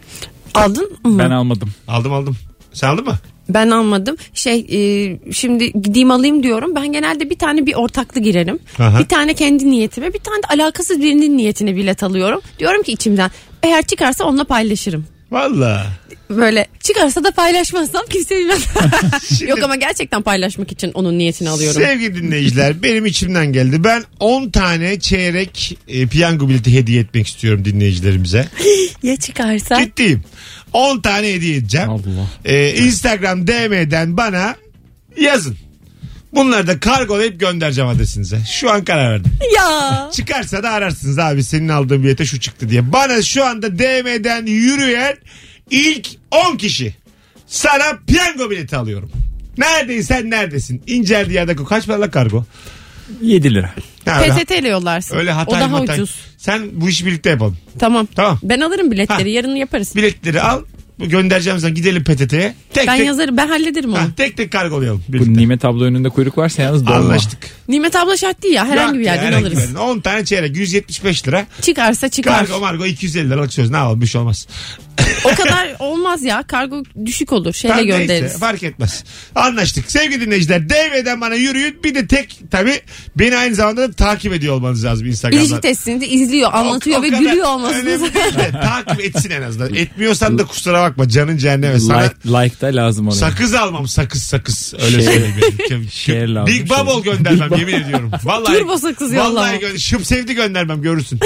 Aldın mı? Ben almadım. Aldım aldım. Sen aldın mı? Ben almadım. Şey e, şimdi gideyim alayım diyorum. Ben genelde bir tane bir ortaklı girerim. Aha. Bir tane kendi niyetime, bir tane de alakasız birinin niyetine bilet alıyorum. Diyorum ki içimden eğer çıkarsa onunla paylaşırım. Valla. Böyle çıkarsa da paylaşmazsam kimse bilmez. Şimdi- Yok ama gerçekten paylaşmak için onun niyetini alıyorum. Sevgili dinleyiciler benim içimden geldi. Ben on tane çeyrek e, piyango bileti hediye etmek istiyorum dinleyicilerimize. Ya çıkarsa? Ciddiyim. on tane hediye edeceğim. Allah. Ee, Instagram D M'den bana yazın. Bunları da kargolayıp göndereceğim adresinize. Şu an karar verdim. Ya. Çıkarsa da ararsınız abi senin aldığın bilete şu çıktı diye. Bana şu anda D M'den yürüyen ilk on kişi sana piyango bileti alıyorum. Neredeysen neredesin? İnceldiği yerde kaç para kargo? yedi lira. Ha, öyle- P T T ile yollarsın. Öyle o Hatay daha Hatay. ucuz. Sen bu işi birlikte yapalım. Tamam. Tamam. Ben alırım biletleri. Ha. Yarın yaparız. Biletleri al. Göndereceğim sana gidelim P T T'ye. Tek Ben tek, yazarım. Ben hallederim onu. ha, tek tek kargolayalım. Bu birlikte. nimet tablo önünde kuyruk varsa yalnız dolma. Anlaştık. Nimet abla şart değil ya. Herhangi Yok bir ya, yerden herhangi bir alırız. yerden. on tane çeyrek yüz yetmiş beş lira. Çıkarsa çıkar. Kargo margo iki yüz elli lira alışıyoruz. Ne yapalım bir şey olmaz. O kadar olmaz ya. Kargo düşük olur. Şeyle Tamam, neyse, göndeririz. fark etmez. Anlaştık. Sevgili dinleyiciler D M'den bana yürüyün. Bir de tek tabii beni aynı zamanda da takip ediyor olmanız lazım Instagram'dan. İlişki testini de izliyor, anlatıyor O- o ve kadar gülüyor olması. önemli değil de takip etsin en azından. Etmiyorsan da kusura bakma canın cehenneme. Sana Like, like da lazım oraya. sakız almam sakız sakız. Öyle Share. söyleyeyim. benim. Share lazım, Big share. Bubble göndermem yemin ediyorum. Vallahi, Turbo sakız yollama. Vallahi gö- şıp sevdi göndermem görürsün.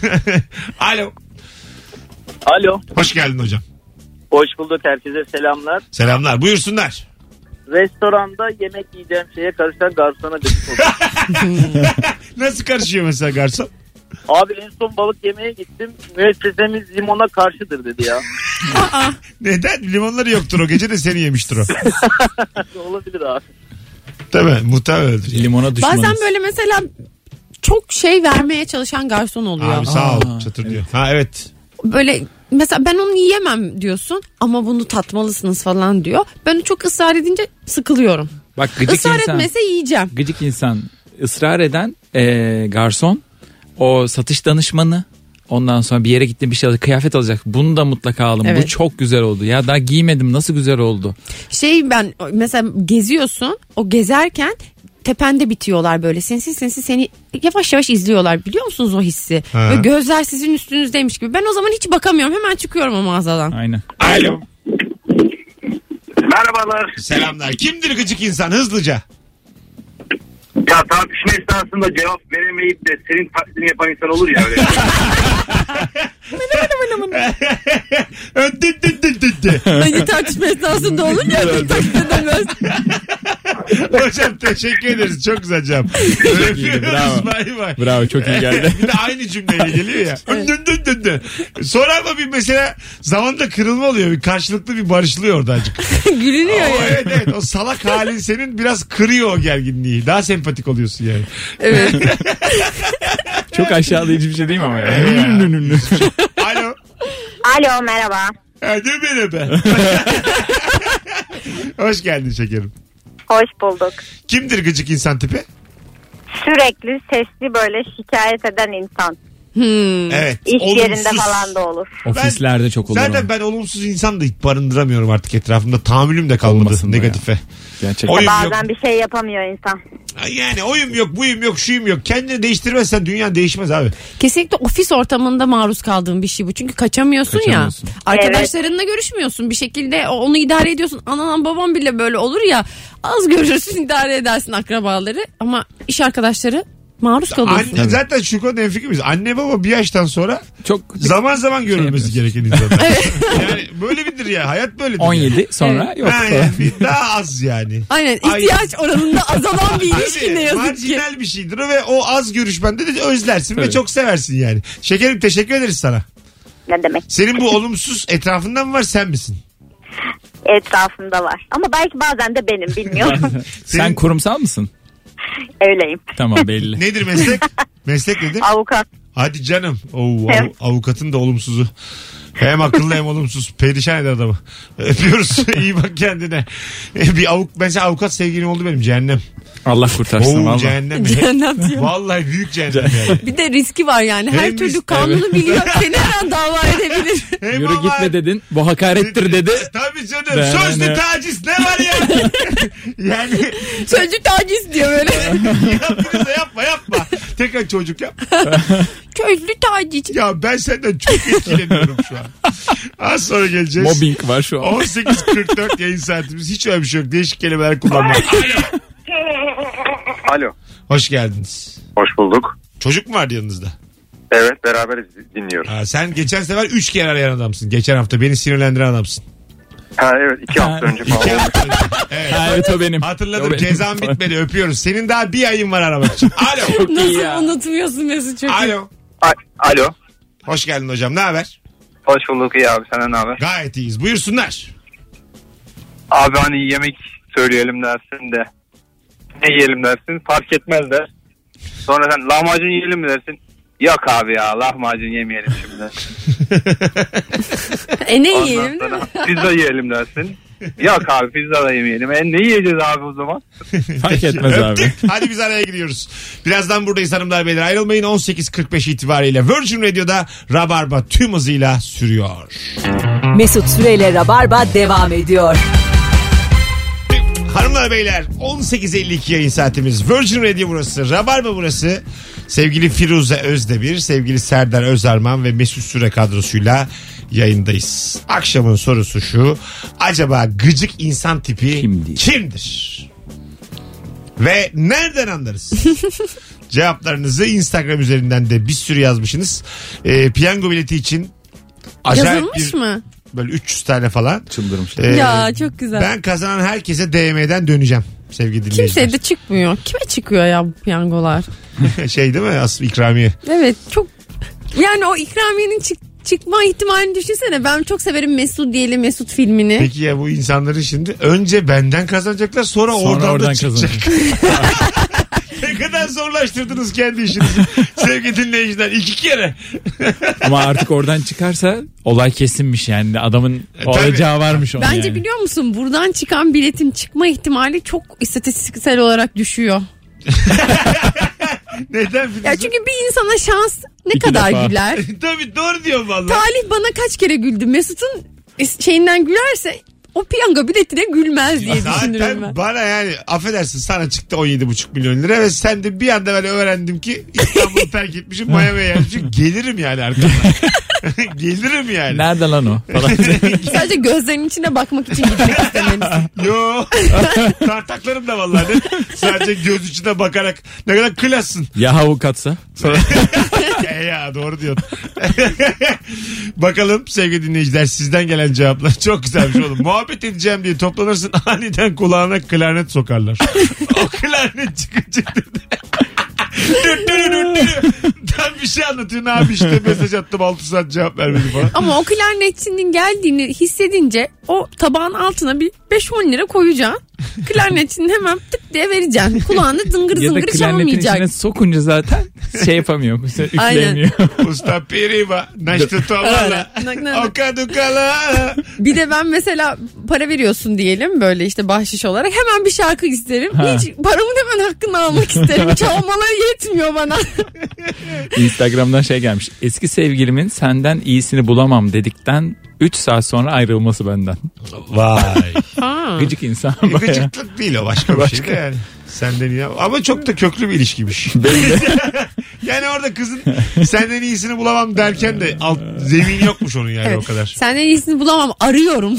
Alo. Alo. Hoş geldin hocam. Hoş bulduk, herkese selamlar. Selamlar buyursunlar. Restoranda yemek yiyeceğim şeye karışan garsona gıcık oldum. Nasıl karışıyor mesela garson? Abi en son balık yemeye gittim. Müessesemiz limona karşıdır dedi ya. Neden? Limonları yoktur o gece de seni yemiştir o. Olabilir abi. Tabii muhtemelen. Limona düşmanız. Bazen böyle mesela çok şey vermeye çalışan garson oluyor. Abi sağ ol Aa, çatır diyor. Ha evet. Böyle mesela ben onu yiyemem diyorsun ama bunu tatmalısınız falan diyor. Ben çok ısrar edince sıkılıyorum. Bak gıcık Israr insan. etmese yiyeceğim. Gıcık insan. Israr eden e, garson. O satış danışmanı. Ondan sonra bir yere gitti bir şey alacak. Kıyafet alacak. Bunu da mutlaka alın. Evet. Bu çok güzel oldu. Ya daha giymedim nasıl güzel oldu. Şey ben mesela geziyorsun, o gezerken tepende bitiyorlar böyle sinsi sinsi seni yavaş yavaş izliyorlar, biliyor musunuz o hissi? Ha. Böyle gözler sizin üstünüzdeymiş gibi. Ben o zaman hiç bakamıyorum, hemen çıkıyorum o mağazadan. Aynen. Alo. Merhabalar. Selamlar. Kimdir gıcık insan hızlıca? Ya tartışma esnasında cevap veremeyip de senin taklidini yapan insan olur ya öyle. Bence tartışma esnasında olur ya. Hocam teşekkür ederiz. Çok güzel cevap. Öpüyoruz. bravo. Bay bay. Bravo çok iyi geldi. Bir de aynı cümleyle geliyor ya. Dün dün dün dün. Sonra ama bir mesela zamanda kırılma oluyor. Bir karşılıklı bir barışılıyor orada azıcık. Gülünüyor O, ya. evet evet. O salak halin senin biraz kırıyor o gerginliği. Daha sempatik oluyorsun yani. Evet. Çok aşağılayıcı bir şey değil mi ama ya? Alo. Alo merhaba. Ha, değil mi ne be? Hoş geldin şekerim. Hoş bulduk. Kimdir gıcık insan tipi? Sürekli sesli böyle şikayet eden insan. Hmm. Evet. İş olumsuz. yerinde falan da olur. Ofislerde çok olur. Zaten o. ben olumsuz insan da hiç barındıramıyorum artık etrafımda. Tahammülüm de kalmadı Olmasın da negatife. Gerçekten. Oyun Bazen yok. bir şey yapamıyor insan. Yani oyum yok, buyum yok, şuyum yok. Kendini değiştirmezsen dünya değişmez abi. Kesinlikle ofis ortamında maruz kaldığın bir şey bu. Çünkü kaçamıyorsun, Kaçamıyorsun. ya. Arkadaşlarınla görüşmüyorsun. Bir şekilde onu idare ediyorsun. Anan babam bile böyle olur ya. Az görürsün, idare edersin akrabaları. Ama iş arkadaşları maruz kalıyorsun. Anne, zaten şu konuda enfikiriz. Anne baba bir yaştan sonra çok zaman zaman görülmesi şey gereken insanlar. Yani böyle midir ya? Hayat böyledir. on yedi yani. sonra evet. Yok. Ha, yani daha az yani. Aynen. İhtiyaç Ay. oranında azalan bir ilişki ne yazık ki. Marjinal bir şeydir ve o az görüşmende de özlersin evet. ve çok seversin yani. Şekerim teşekkür ederiz sana. Ne demek? Senin bu olumsuz etrafında mı var, sen misin? Etrafımda var. Ama belki bazen de benim, bilmiyorum. Sen Senin... kurumsal mısın? Öyleyim. Tamam, belli. Nedir meslek? Meslek nedir? Avukat. Hadi canım. Oo, evet. av, avukatın da olumsuzu. Hem akıllı hem olumsuz. Perişan eder adamı. Öpüyoruz. İyi bak kendine. Bir avuk, mesela avukat sevgilim oldu benim, cehennem. Allah kurtarsın. Oo, cehennem. Cehennem diyor. Vallahi büyük cehennem yani. Bir de riski var yani. Her hem türlü risk, kanunu evet. biliyor. Seni her an dava edebilir. Hem Yürü ama... gitme dedin. Bu hakarettir dedi. Tabii canım. Ben Sözlü ne? taciz ne var ya? Yani. Sözlü taciz diyor böyle. Yapma yapma yapma. Tekrar çocuk yap. Sözlü taciz. Ya ben senden çok etkileniyorum şu an. Az sonra geleceğiz. Mobbing var şu an. on sekiz kırk dört yayın saatimiz. Hiç öyle bir şey yok. Değişik kelimeler kullanmak. Alo. Hoş geldiniz. Hoş bulduk. Çocuk mu vardı yanınızda? Evet, beraberiz, dinliyoruz. Ha, sen geçen sefer üç kere arayan adamsın. Geçen hafta beni sinirlendiren adamsın. Ha evet, iki hafta önce falan. Evet. Ha, evet o benim. Hatırladım, o benim. cezam bitmedi, öpüyoruz. Senin daha bir ayın var aramak için. Alo. Nasıl unutmuyorsun Mesut çok Alo. A- Alo. Hoş geldin hocam, ne haber? Hoş bulduk, iyi abi, senden ne haber? Gayet iyiyiz, buyursunlar. Abi hani yemek söyleyelim dersin de ne yiyelim dersin, fark etmez der. Sonra sen lahmacun yiyelim mi dersin? Yok abi ya, lahmacun yemeyelim şimdi. E ne yiyelim değil mi? Pizza yiyelim dersin. Yok abi, pizza da yemeyelim. E ne yiyeceğiz abi o zaman? Fark etmez abi. Hadi biz araya giriyoruz. Birazdan buradayız hanımlar beyler, ayrılmayın. on sekiz kırk beş itibariyle Virgin Radio'da Rabarba tüm hızıyla sürüyor. Mesut Süreyle Rabarba devam ediyor. Hanımlar beyler, on sekiz elli iki yayın saatimiz. Virgin Radio burası, Rabarba burası. Sevgili Firuze Özdemir, sevgili Serdar Özarman ve Mesut Süre kadrosuyla yayındayız. Akşamın sorusu şu: acaba gıcık insan tipi kimdir? kimdir? Ve nereden anlarız? Cevaplarınızı Instagram üzerinden de bir sürü yazmışsınız. Ee, piyango bileti için yazılmış bir... mı? Böyle üç yüz tane falan. Çıldırmış. Ee, ya çok güzel. Ben kazanan herkese D M'den döneceğim sevgili dinleyiciler. Kimseye de çıkmıyor. Kime çıkıyor ya bu piyangolar? Şey değil mi, aslında ikramiye? Evet, çok yani o ikramiyenin çık çıkma ihtimalini düşünsene. Ben çok severim Mesudiyeli Mesut filmini. Peki ya bu insanların şimdi önce benden kazanacaklar, sonra, sonra oradan, oradan da çıkacak. Ne kadar zorlaştırdınız kendi işinizi sevgili dinleyiciler, iki kere. Ama artık oradan çıkarsa olay kesinmiş yani, adamın o alacağı varmış onun. Bence yani. Biliyor musun, buradan çıkan biletin çıkma ihtimali çok istatistiksel olarak düşüyor. Neden? Ya çünkü bir insana şans ne İki kadar defa. güler. Tabii doğru diyorum vallahi. Talih bana kaç kere güldü. Mesut'un şeyinden gülerse o piyango biletine gülmez diye zaten düşünüyorum ben. Bana yani affedersin, sana çıktı on yedi buçuk milyon lira ve sen de bir anda böyle öğrendim ki İstanbul'u terk etmişim, Miami'ye yerleşmişim. Gelirim yani arkamdan. Gelirim yani. Nerede lan o? Sadece gözlerinin içine bakmak için gitmek istemelisin. Yo. Tartaklarım da vallahi. Sadece göz içine bakarak ne kadar klassın. Ya avukatsa? ya, ya doğru diyorsun. Bakalım sevgili dinleyiciler, sizden gelen cevaplar çok güzelmiş oğlum. Muhabbet edeceğim diye toplanırsın, aniden kulağına klarnet sokarlar. O klarnet çıkınca tam bir şey anlatıyorsun abi, işte mesaj attım altı saat cevap vermedi falan. Ama o klarnetçinin geldiğini hissedince o tabağın altına bir beş on lira koyacaksın. Klarnetçinin hemen tık diye vereceksin. Kulağını dıngır ya zıngır çalmayacak. Ya da klarnetin içine sokunca zaten şey yapamıyor. Üfleyemiyor. Usta piriva. Naştı tovala. Okadukala. Bir de ben mesela para veriyorsun diyelim, böyle işte bahşiş olarak. Hemen bir şarkı isterim. Ha. Hiç paramın hemen hakkını almak isterim. Çalmaları yetmiyor bana. Instagram'dan şey gelmiş. Eski sevgilimin senden iyisini bulamam dedikten üç saat sonra ayrılması benden. Vay. Gıcık insan. E, gıcıklık değil o, başka bir başka. şey de yani. Senden iyi ama çok da köklü bir ilişkiymiş. Yani orada kızın senden iyisini bulamam derken de alt zemin yokmuş onun yani, evet, o kadar. Senden iyisini bulamam, arıyorum.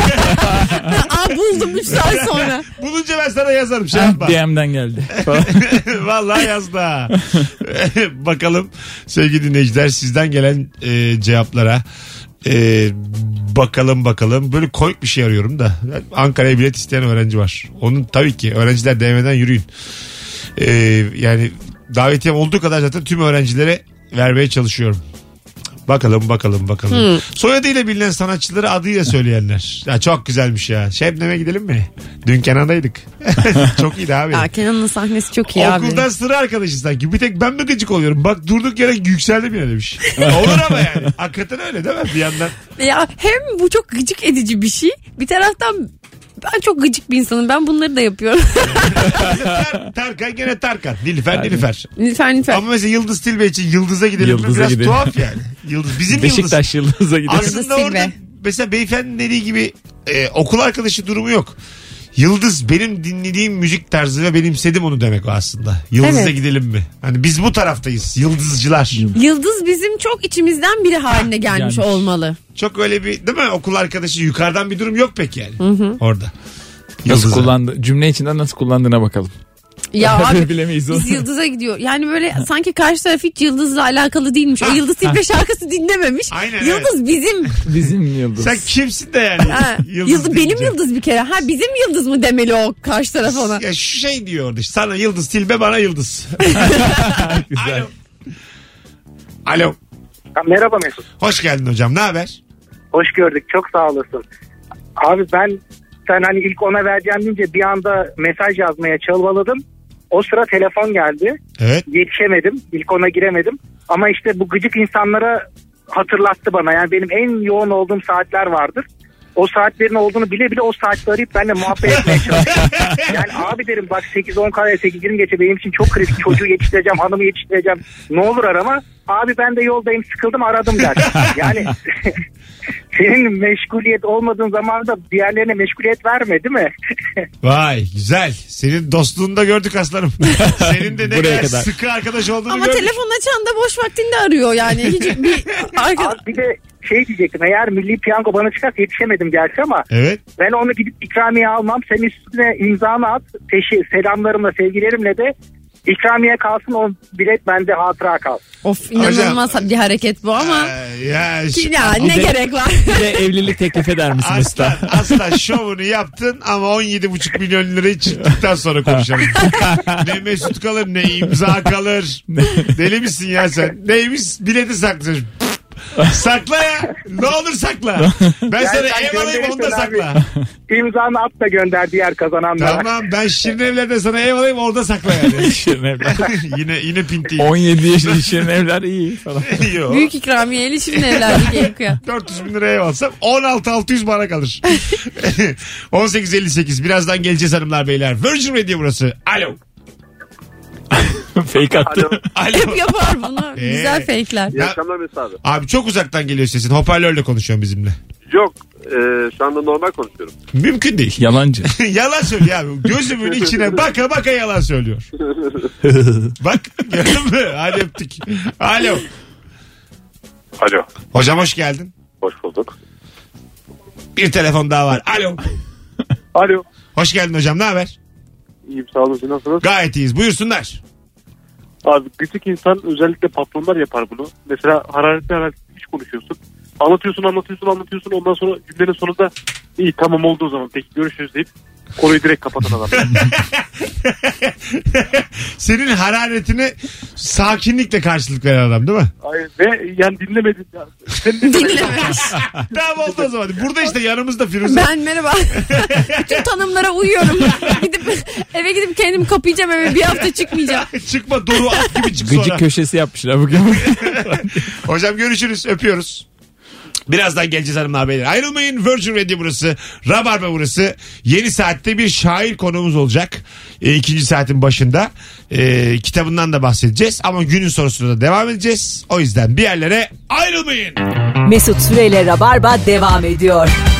Aa, buldum üç saat sonra. Bulunca ben sana yazarım. Şey yapma. D M'den geldi. Vallahi yazdı ha. Bakalım sevgili dinleyiciler sizden gelen e, cevaplara. Ee, bakalım bakalım böyle komik bir şey arıyorum da Ankara'ya bilet isteyen öğrenci var. Onun tabii ki öğrenciler D M'den yürüyün. Ee, yani davetiyem olduğu kadar zaten tüm öğrencilere vermeye çalışıyorum. Bakalım bakalım bakalım. Hmm. Soyadıyla bilinen sanatçıları adıyla söyleyenler. Ya çok güzelmiş ya. Şebnem'e gidelim mi? Dün Kenan'daydık. Çok iyiydi abi. Ya Kenan'ın sahnesi çok iyi abi. Okuldan sıra arkadaşı sanki. Bir tek ben mi gıcık oluyorum? Bak durduk yere yükseldim yine demiş. Olur ama yani. Hakikaten öyle değil mi bir yandan? Ya hem bu çok gıcık edici bir şey. Bir taraftan ben çok gıcık bir insanım. Ben bunları da yapıyorum. Tar- Tarkan gene Tarkan. Nilüfer yani. Nilüfer. Nilüfer Nilüfer. Ama mesela Yıldız Tilbe için Yıldız'a gidelim. Yıldız'a biraz gidelim. Tuhaf yani. Yıldız. Bizim Beşiktaş Yıldız. Yıldız'a gidelim. Aslında orada mesela beyefendinin dediği gibi e, okul arkadaşı durumu yok. Yıldız benim dinlediğim müzik tarzı ve benimsedim onu demek o aslında. Yıldız'a evet. gidelim mi? Hani biz bu taraftayız. Yıldızcılar. Yıldız bizim çok içimizden biri haline gelmiş, gelmiş olmalı. Çok öyle bir değil mi? Okul arkadaşı yukarıdan bir durum yok pek yani. Hı hı. Orada. Yıldız'a. Nasıl kullandı? Cümle içinden nasıl kullandığına bakalım. Ya abi biz Yıldız'a gidiyor. Yani böyle sanki karşı taraf hiç Yıldız'la alakalı değilmiş. O Yıldız Tilbe şarkısı dinlememiş. Aynen, Yıldız evet. bizim. Bizim Yıldız. Sen kimsin de yani? Ha, Yıldız, Yıldız benim Yıldız bir kere. Ha bizim Yıldız mı demeli o karşı taraf ona. Ya şu şey diyor orada. Sana Yıldız Tilbe bana Yıldız. Güzel. Alo. Alo. Ha, merhaba Mesut. Hoş geldin hocam. Ne haber? Hoş gördük. Çok sağ olasın. Abi ben sen hani ilk ona vereceğim deyince bir anda mesaj yazmaya çabaladım. O sıra telefon geldi. Evet. Yetişemedim. İlk ona giremedim. Ama işte bu gıcık insanlara hatırlattı bana. Yani benim en yoğun olduğum saatler vardır. O saatlerin olduğunu bile bile o saatte arayıp benimle muhabbet etmeye çalışıyorum. Yani abi derim bak sekiz on kare sekiz yirmi geçe benim için çok kritik. Çocuğu yetiştireceğim, hanımı yetiştireceğim. Ne olur arama. Abi ben de yoldayım, sıkıldım, aradım der. Yani senin meşguliyet olmadığın zamanda diğerlerine meşguliyet verme değil mi? Vay güzel. Senin dostluğunu da gördük aslanım. Senin de ne kadar, kadar sıkı arkadaş olduğunu ama gördük. Ama telefon açan da boş vaktinde arıyor yani. Hiç bir arkadaş... Bir de şey diyecektim, eğer milli piyango bana çıkarsa yetişemedim gerçi ama evet. Ben onu gidip ikramiye almam, sen üstüne imzanı at, teşi, selamlarımla sevgilerimle de ikramiye kalsın, o bilet bende hatıra kalsın. Of inanılmaz hocam, bir hareket bu ama ee, ya, şu, ya ne de, gerek var. Bir de evlilik teklif eder misin usta? Asla şovunu yaptın ama on yedi buçuk milyon lirayı çıktıktan sonra konuşalım. Ne Mesut kalır ne imza kalır. Deli misin ya sen? Neymiş bileti saklıyorsun. Sakla ya. Ne olur sakla. Ben yani sana ev alayım onu da sakla. İmzanı at da gönder diğer kazananlara. Tamam ben Şirin Evler'de sana ev alayım orada sakla yani. Şirin Evler. yine yine pinti. on yedi yaşında Şirin Evler iyi falan. Büyük ikramiyeli Şirin Evler'de dört yüz bin liraya ev alsam on altı altı yüz bana kalır. on sekiz elli sekiz birazdan geleceğiz hanımlar beyler. Virgin Radio burası. Alo. Fake attı. Alo. Alo. Hep yapar bunu. Ee, Güzel fake'ler. İyi akşamlar Mesut abi. Abi çok uzaktan geliyor sesin. Hoparlörle konuşuyorsun bizimle. Yok. E, şu anda normal konuşuyorum. Mümkün değil. Yalancı. Yalan söylüyor abi. Gözümün içine baka baka yalan söylüyor. Bak gördün mü? Hadi öptük. Alo. Alo. Hocam hoş geldin. Hoş bulduk. Bir telefon daha var. Alo. Alo. Hoş geldin hocam. Ne haber? İyiyim sağ olun. Nasılsınız? Gayet iyiyiz. Buyursunlar. Abi gıcık insan özellikle patronlar yapar bunu. Mesela hararetli hararetli hiç konuşuyorsun. Anlatıyorsun anlatıyorsun anlatıyorsun. Ondan sonra cümlenin sonunda iyi tamam oldu o zaman peki görüşürüz deyip konuyu direkt kapatan adam. Senin hararetine sakinlikle karşılık veren adam değil mi? Hayır ve yani dinlemedin. Ya. Dinlememiş. Tamam oldu o zaman. Burada işte yanımızda Firuze. Ben merhaba. Bütün tanımlara uyuyorum. Gidip eve gidip kendimi kapayacağım eve bir hafta çıkmayacağım. Çıkma Doru at gibi çık sonra. Gıcık köşesi yapmışlar bugün. Hocam görüşürüz öpüyoruz. Birazdan geleceğiz hanımlar beyler. Ayrılmayın. Virgin Radio burası. Rabarba burası. Yeni saatte bir şair konuğumuz olacak. E, ikinci saatin başında. E, kitabından da bahsedeceğiz. Ama günün sorusuna da devam edeceğiz. O yüzden bir yerlere ayrılmayın. Mesut Süreyle Rabarba devam ediyor.